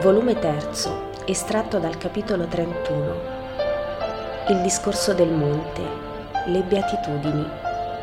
Volume 3, estratto dal capitolo 31. Il discorso del monte, le beatitudini.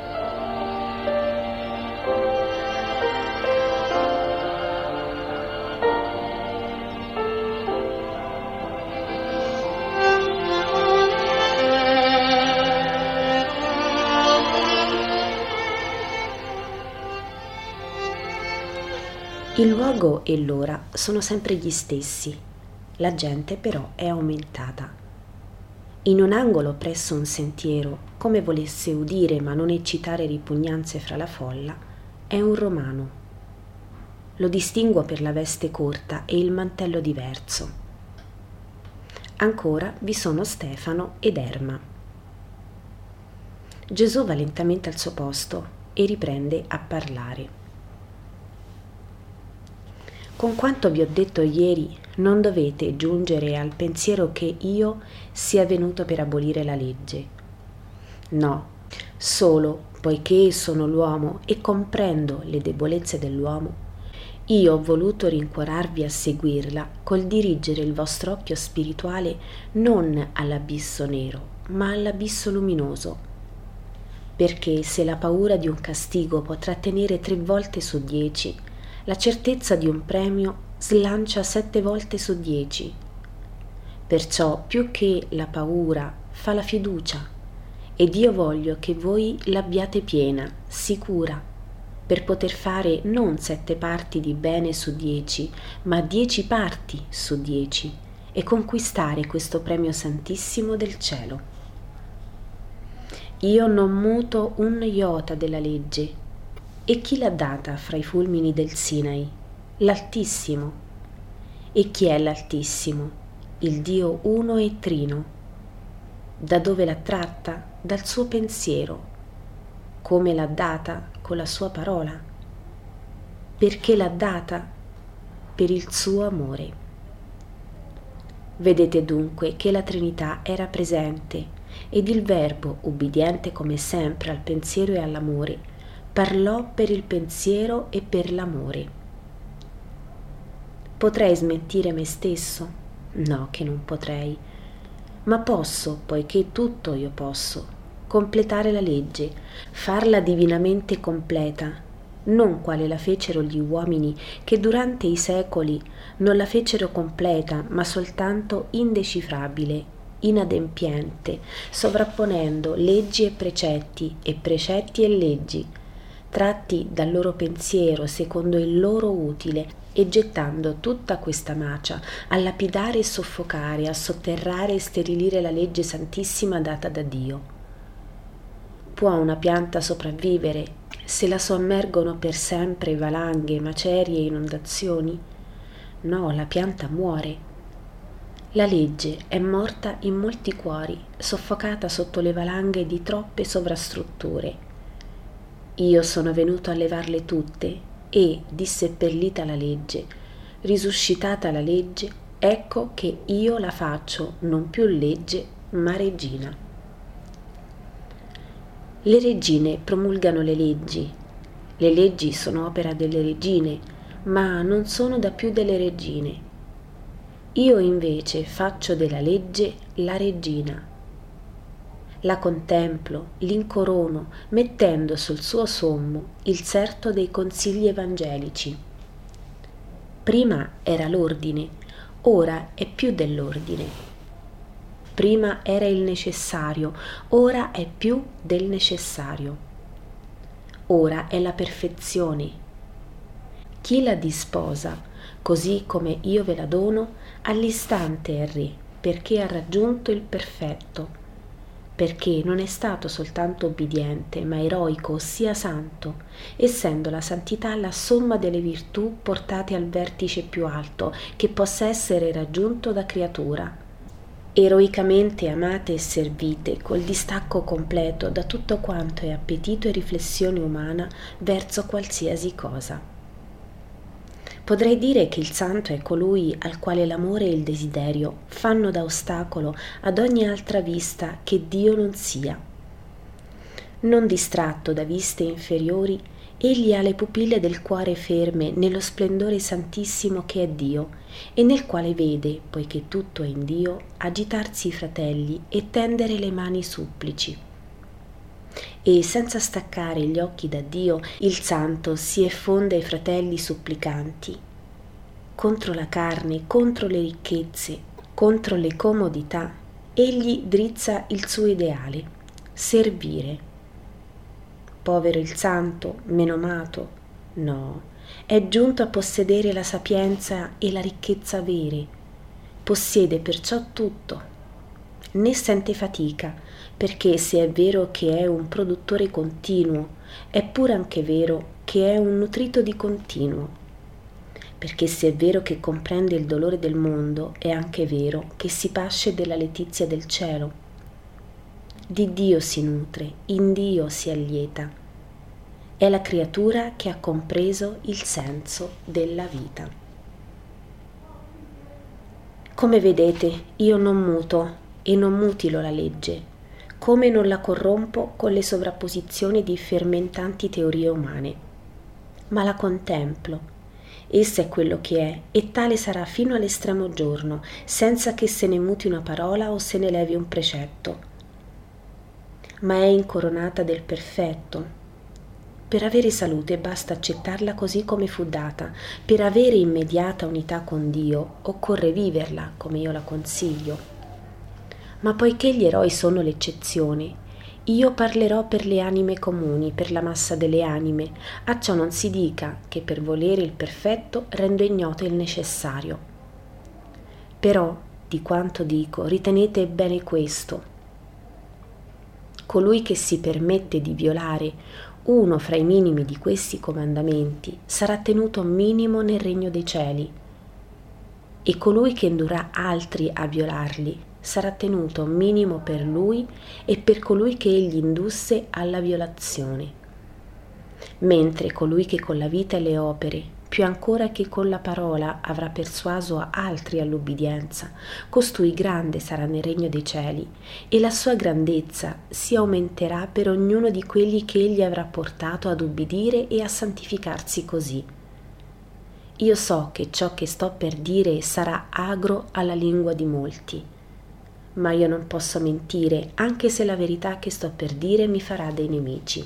Il luogo e l'ora sono sempre gli stessi, la gente però è aumentata. In un angolo presso un sentiero, come volesse udire ma non eccitare ripugnanze fra la folla, è un romano. Lo distinguo per la veste corta e il mantello diverso. Ancora vi sono Stefano ed Erma. Gesù va lentamente al suo posto e riprende a parlare. Con quanto vi ho detto ieri, non dovete giungere al pensiero che io sia venuto per abolire la legge. No, solo poiché sono l'uomo e comprendo le debolezze dell'uomo, io ho voluto rincuorarvi a seguirla col dirigere il vostro occhio spirituale non all'abisso nero, ma all'abisso luminoso. Perché se la paura di un castigo può trattenere 3 volte su 10, la certezza di un premio slancia 7 volte su 10. Perciò più che la paura fa la fiducia, ed io voglio che voi l'abbiate piena, sicura, per poter fare non 7 parti di bene su 10, ma 10 parti su 10 e conquistare questo premio santissimo del cielo. Io non muto un iota della legge. E chi l'ha data fra i fulmini del Sinai? L'Altissimo. E chi è l'Altissimo? Il Dio uno e trino. Da dove l'ha tratta? Dal suo pensiero. Come l'ha data? Con la sua parola. Perché l'ha data? Per il suo amore. Vedete dunque che la Trinità era presente ed il Verbo, ubbidiente come sempre al pensiero e all'amore, parlò per il pensiero e per l'amore. Potrei smentire me stesso? No, che non potrei. Ma posso, poiché tutto io posso, completare la legge, farla divinamente completa, non quale la fecero gli uomini che durante i secoli non la fecero completa, ma soltanto indecifrabile, inadempiente, sovrapponendo leggi e precetti e leggi, tratti dal loro pensiero secondo il loro utile e gettando tutta questa macia a lapidare e soffocare, a sotterrare e sterilire la legge santissima data da Dio. Può una pianta sopravvivere se la sommergono per sempre valanghe, macerie e inondazioni? No, la pianta muore. La legge è morta in molti cuori, soffocata sotto le valanghe di troppe sovrastrutture. Io sono venuto a levarle tutte e, disseppellita la legge, risuscitata la legge, ecco che io la faccio non più legge, ma regina. Le regine promulgano le leggi sono opera delle regine, ma non sono da più delle regine. Io invece faccio della legge la regina. La contemplo, l'incorono, mettendo sul suo sommo il serto dei consigli evangelici. Prima era l'ordine, ora è più dell'ordine. Prima era il necessario, ora è più del necessario. Ora è la perfezione. Chi la disposa, così come io ve la dono, all'istante è re, perché ha raggiunto il perfetto. Perché non è stato soltanto obbediente, ma eroico, ossia santo, essendo la santità la somma delle virtù portate al vertice più alto che possa essere raggiunto da creatura. Eroicamente amate e servite col distacco completo da tutto quanto è appetito e riflessione umana verso qualsiasi cosa. Potrei dire che il santo è colui al quale l'amore e il desiderio fanno da ostacolo ad ogni altra vista che Dio non sia. Non distratto da viste inferiori, Egli ha le pupille del cuore ferme nello splendore santissimo che è Dio, e nel quale vede, poiché tutto è in Dio, agitarsi i fratelli e tendere le mani supplici. E senza staccare gli occhi da Dio, il santo si effonde ai fratelli supplicanti. Contro la carne, contro le ricchezze, contro le comodità, egli drizza il suo ideale: servire. Povero il santo, menomato, no, è giunto a possedere la sapienza e la ricchezza vere, possiede perciò tutto, né sente fatica, perché se è vero che è un produttore continuo, è pur anche vero che è un nutrito di continuo, perché se è vero che comprende il dolore del mondo, è anche vero che si pasce della letizia del cielo. Di Dio si nutre, in Dio si allieta. È la creatura che ha compreso il senso della vita. Come vedete, io non muto e non mutilo la legge, come non la corrompo con le sovrapposizioni di fermentanti teorie umane, ma la contemplo. Essa è quello che è, e tale sarà fino all'estremo giorno, senza che se ne muti una parola o se ne levi un precetto. Ma è incoronata del perfetto. Per avere salute basta accettarla così come fu data. Per avere immediata unità con Dio occorre viverla come io la consiglio. Ma poiché gli eroi sono l'eccezione, io parlerò per le anime comuni, per la massa delle anime, acciò non si dica che per volere il perfetto rendo ignoto il necessario. Però, di quanto dico, ritenete bene questo: colui che si permette di violare uno fra i minimi di questi comandamenti sarà tenuto minimo nel regno dei cieli, e colui che indurrà altri a violarli sarà tenuto minimo per lui e per colui che egli indusse alla violazione. Mentre colui che con la vita e le opere, più ancora che con la parola, avrà persuaso altri all'ubbidienza, costui grande sarà nel regno dei cieli, e la sua grandezza si aumenterà per ognuno di quelli che egli avrà portato ad ubbidire e a santificarsi così. Io so che ciò che sto per dire sarà agro alla lingua di molti, ma io non posso mentire, anche se la verità che sto per dire mi farà dei nemici.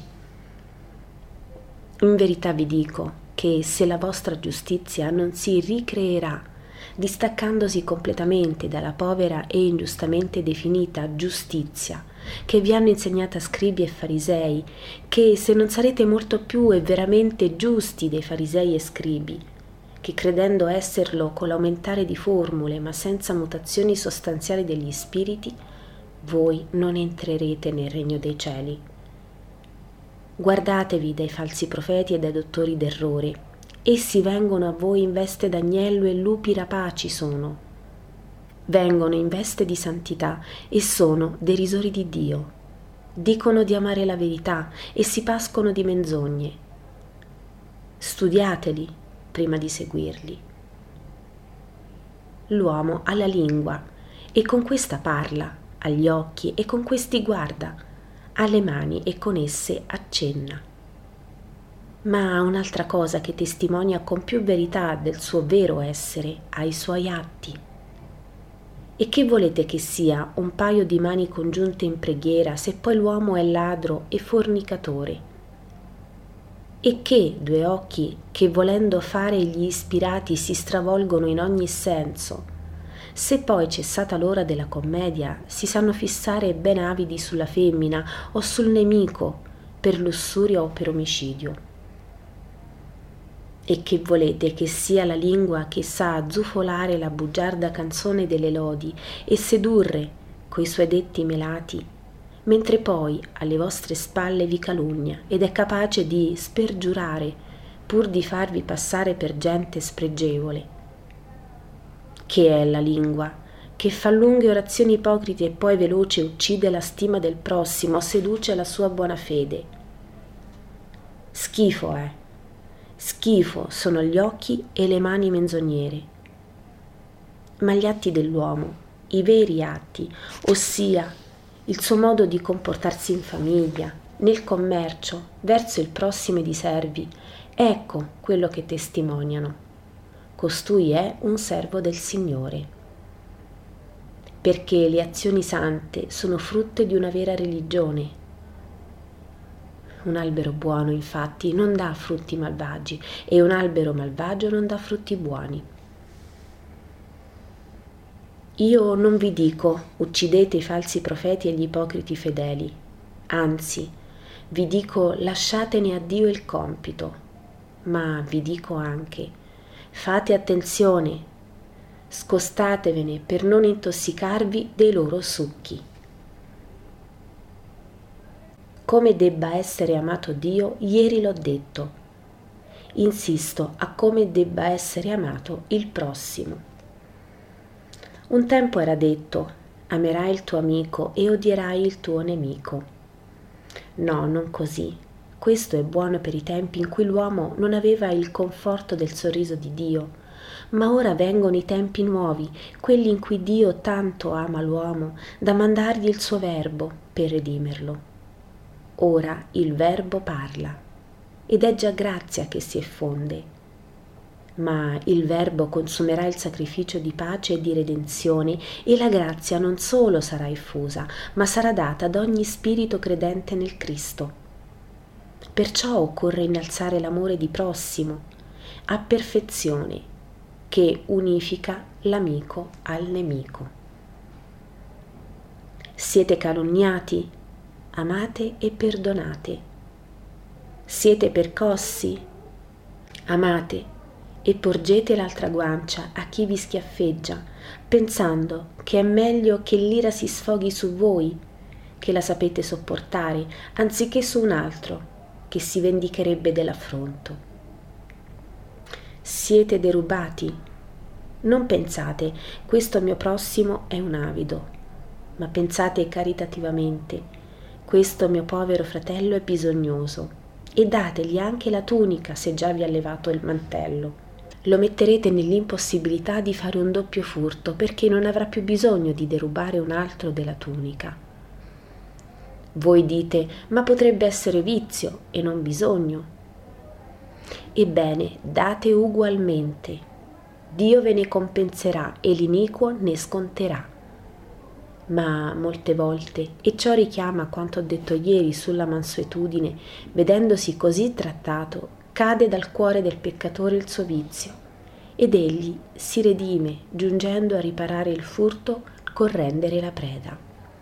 In verità vi dico che se la vostra giustizia non si ricreerà, distaccandosi completamente dalla povera e ingiustamente definita giustizia che vi hanno insegnata scribi e farisei, che se non sarete molto più e veramente giusti dei farisei e scribi, che credendo esserlo con l'aumentare di formule ma senza mutazioni sostanziali degli spiriti, voi non entrerete nel regno dei cieli. Guardatevi dai falsi profeti e dai dottori d'errore. Essi vengono a voi in veste d'agnello e lupi rapaci sono. Vengono in veste di santità e sono derisori di Dio. Dicono di amare la verità e si pascono di menzogne. Studiateli prima di seguirli. L'uomo ha la lingua e con questa parla, ha gli occhi e con questi guarda, ha le mani e con esse accenna. Ma ha un'altra cosa che testimonia con più verità del suo vero essere, ha i suoi atti. E che volete che sia un paio di mani congiunte in preghiera se poi l'uomo è ladro e fornicatore? E che due occhi che volendo fare gli ispirati si stravolgono in ogni senso, se poi cessata l'ora della commedia si sanno fissare ben avidi sulla femmina o sul nemico per lussuria o per omicidio? E che volete che sia la lingua che sa zufolare la bugiarda canzone delle lodi e sedurre coi suoi detti melati, mentre poi alle vostre spalle vi calunnia ed è capace di spergiurare pur di farvi passare per gente spregevole? Che è la lingua che fa lunghe orazioni ipocrite e poi veloce uccide la stima del prossimo, seduce la sua buona fede. Schifo è. Schifo sono gli occhi e le mani menzognere. Ma gli atti dell'uomo, i veri atti, ossia il suo modo di comportarsi in famiglia, nel commercio, verso il prossimo ed i servi, ecco quello che testimoniano. Costui è un servo del Signore. Perché le azioni sante sono frutto di una vera religione. Un albero buono, infatti, non dà frutti malvagi e un albero malvagio non dà frutti buoni. Io non vi dico uccidete i falsi profeti e gli ipocriti fedeli, anzi, vi dico lasciatene a Dio il compito, ma vi dico anche fate attenzione, scostatevene per non intossicarvi dei loro succhi. Come debba essere amato Dio, ieri l'ho detto. Insisto a come debba essere amato il prossimo. Un tempo era detto, amerai il tuo amico e odierai il tuo nemico. No, non così. Questo è buono per i tempi in cui l'uomo non aveva il conforto del sorriso di Dio, ma ora vengono i tempi nuovi, quelli in cui Dio tanto ama l'uomo da mandargli il suo verbo per redimerlo. Ora il verbo parla ed è già grazia che si effonde, ma il verbo consumerà il sacrificio di pace e di redenzione e la grazia non solo sarà effusa, ma sarà data ad ogni spirito credente nel Cristo. Perciò occorre innalzare l'amore di prossimo a perfezione che unifica l'amico al nemico. Siete calunniati? Amate e perdonate. Siete percossi? Amate e porgete l'altra guancia a chi vi schiaffeggia, pensando che è meglio che l'ira si sfoghi su voi, che la sapete sopportare, anziché su un altro, che si vendicherebbe dell'affronto. Siete derubati? Non pensate, questo mio prossimo è un avido, ma pensate caritativamente, questo mio povero fratello è bisognoso, e dategli anche la tunica se già vi ha levato il mantello. Lo metterete nell'impossibilità di fare un doppio furto, perché non avrà più bisogno di derubare un altro della tunica. Voi dite, ma potrebbe essere vizio e non bisogno. Ebbene, date ugualmente. Dio ve ne compenserà e l'iniquo ne sconterà. Ma molte volte, e ciò richiama quanto ho detto ieri sulla mansuetudine, vedendosi così trattato, cade dal cuore del peccatore il suo vizio, ed egli si redime giungendo a riparare il furto col rendere la preda.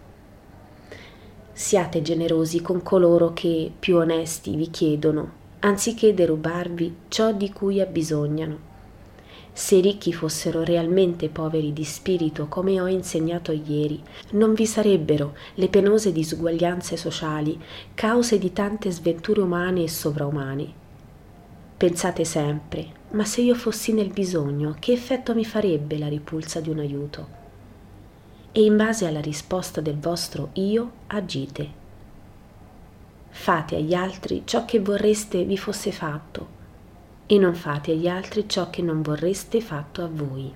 Siate generosi con coloro che, più onesti, vi chiedono, anziché derubarvi ciò di cui abbisognano. Se i ricchi fossero realmente poveri di spirito, come ho insegnato ieri, non vi sarebbero le penose disuguaglianze sociali, cause di tante sventure umane e sovraumane. Pensate sempre, ma se io fossi nel bisogno, che effetto mi farebbe la ripulsa di un aiuto? E in base alla risposta del vostro io agite. Fate agli altri ciò che vorreste vi fosse fatto, e non fate agli altri ciò che non vorreste fatto a voi.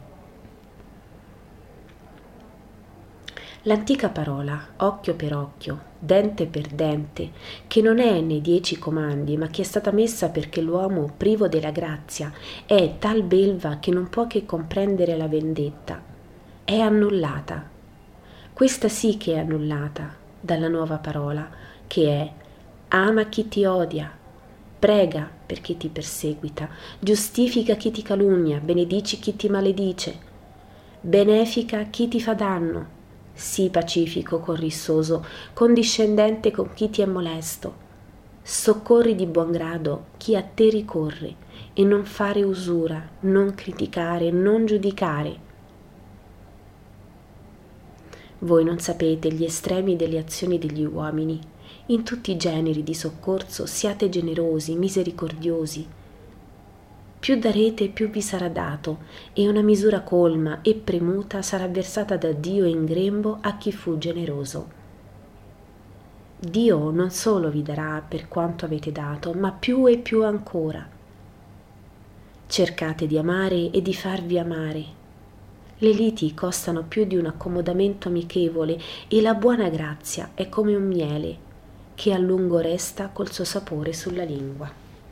L'antica parola occhio per occhio, dente per dente, che non è nei 10 comandi, ma che è stata messa perché l'uomo privo della grazia è tal belva che non può che comprendere la vendetta, è annullata. Questa sì che è annullata dalla nuova parola, che è ama chi ti odia, prega per chi ti perseguita, giustifica chi ti calunnia, benedici chi ti maledice, benefica chi ti fa danno, sii pacifico con rissoso, condiscendente con chi ti è molesto, soccorri di buon grado chi a te ricorre e non fare usura, non criticare, non giudicare. Voi non sapete gli estremi delle azioni degli uomini. In tutti i generi di soccorso siate generosi, misericordiosi. Più darete, più vi sarà dato, e una misura colma e premuta sarà versata da Dio in grembo a chi fu generoso. Dio non solo vi darà per quanto avete dato, ma più e più ancora. Cercate di amare e di farvi amare. Le liti costano più di un accomodamento amichevole e la buona grazia è come un miele che a lungo resta col suo sapore sulla lingua.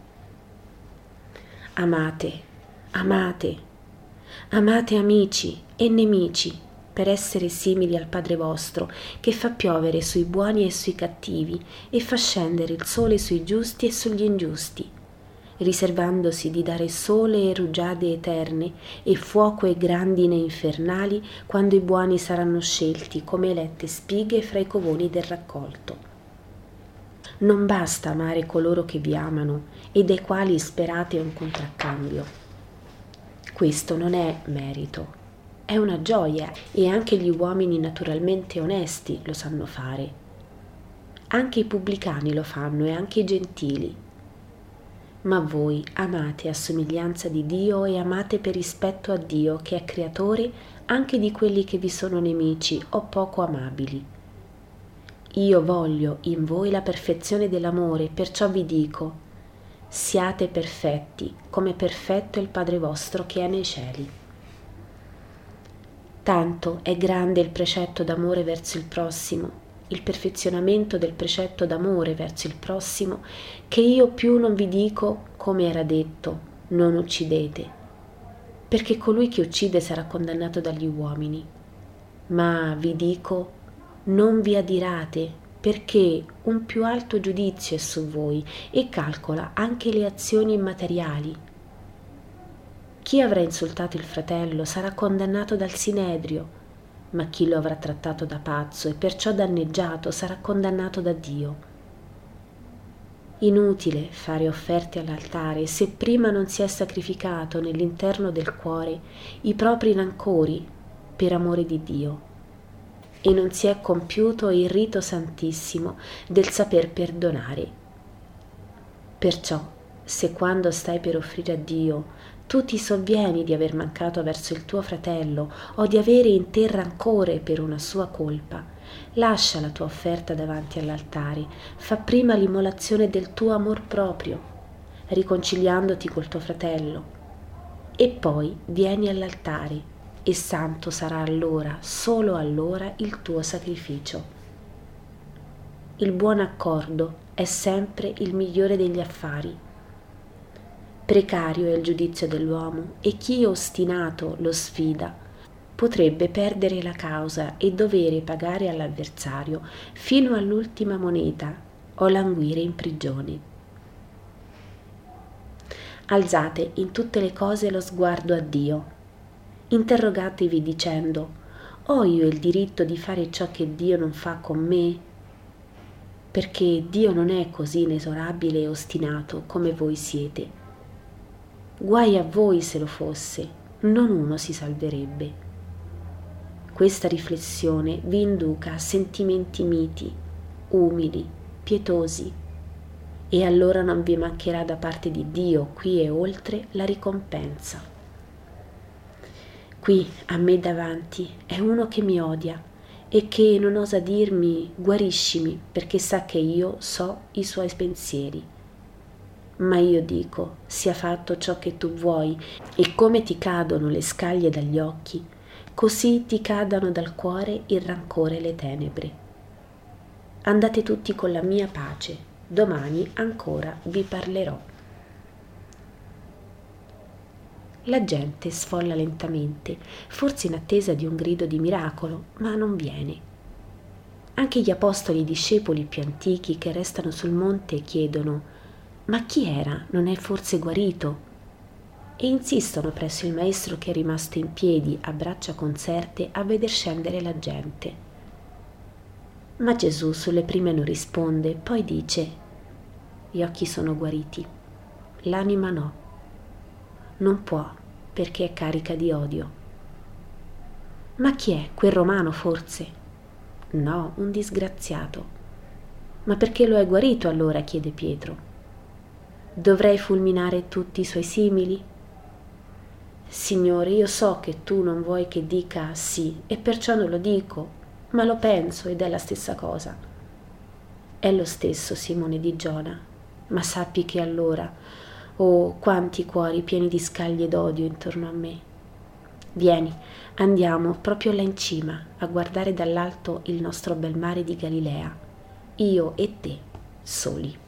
Amate, amate, amate amici e nemici, per essere simili al Padre vostro, che fa piovere sui buoni e sui cattivi e fa scendere il sole sui giusti e sugli ingiusti, riservandosi di dare sole e rugiade eterne e fuoco e grandine infernali quando i buoni saranno scelti come elette spighe fra i covoni del raccolto. Non basta amare coloro che vi amano e dai quali sperate un contraccambio. Questo non è merito. È una gioia e anche gli uomini naturalmente onesti lo sanno fare. Anche i pubblicani lo fanno e anche i gentili. Ma voi amate a somiglianza di Dio e amate per rispetto a Dio che è creatore anche di quelli che vi sono nemici o poco amabili. Io voglio in voi la perfezione dell'amore, perciò vi dico: siate perfetti, come perfetto è il Padre vostro che è nei cieli. Tanto è grande il precetto d'amore verso il prossimo, il perfezionamento del precetto d'amore verso il prossimo, che io più non vi dico, come era detto, non uccidete, perché colui che uccide sarà condannato dagli uomini. Ma vi dico, non vi adirate, perché un più alto giudizio è su voi e calcola anche le azioni immateriali. Chi avrà insultato il fratello sarà condannato dal Sinedrio, ma chi lo avrà trattato da pazzo e perciò danneggiato sarà condannato da Dio. Inutile fare offerte all'altare se prima non si è sacrificato nell'interno del cuore i propri rancori per amore di Dio e non si è compiuto il rito santissimo del saper perdonare. Perciò, se quando stai per offrire a Dio tu ti sovvieni di aver mancato verso il tuo fratello o di avere in te rancore per una sua colpa, lascia la tua offerta davanti all'altare, fa prima l'immolazione del tuo amor proprio, riconciliandoti col tuo fratello, e poi vieni all'altare, e santo sarà allora, solo allora, il tuo sacrificio. Il buon accordo è sempre il migliore degli affari. Precario è il giudizio dell'uomo e chi ostinato lo sfida potrebbe perdere la causa e dovere pagare all'avversario fino all'ultima moneta o languire in prigione. Alzate in tutte le cose lo sguardo a Dio. Interrogatevi dicendo: ho io il diritto di fare ciò che Dio non fa con me? Perché Dio non è così inesorabile e ostinato come voi siete. Guai a voi se lo fosse, non uno si salverebbe. Questa riflessione vi induca a sentimenti miti, umili, pietosi, e allora non vi mancherà da parte di Dio, qui e oltre, la ricompensa. Qui, a me davanti, è uno che mi odia e che non osa dirmi guariscimi, perché sa che io so i suoi pensieri. Ma io dico, sia fatto ciò che tu vuoi, e come ti cadono le scaglie dagli occhi, così ti cadano dal cuore il rancore e le tenebre. Andate tutti con la mia pace, domani ancora vi parlerò. La gente sfolla lentamente, forse in attesa di un grido di miracolo, ma non viene. Anche gli apostoli e discepoli più antichi che restano sul monte chiedono: ma chi era? Non è forse guarito? E insistono presso il maestro che è rimasto in piedi, a braccia conserte, a veder scendere la gente. Ma Gesù sulle prime non risponde, poi dice: gli occhi sono guariti, l'anima no. Non può, perché è carica di odio. Ma chi è? Quel romano forse? No, un disgraziato. Ma perché lo è guarito allora? Chiede Pietro. Dovrei fulminare tutti i suoi simili? Signore, io so che tu non vuoi che dica sì e perciò non lo dico, ma lo penso ed è la stessa cosa. È lo stesso, Simone di Giona, ma sappi che allora, oh, quanti cuori pieni di scaglie d'odio intorno a me. Vieni, andiamo proprio là in cima a guardare dall'alto il nostro bel mare di Galilea, io e te. soli.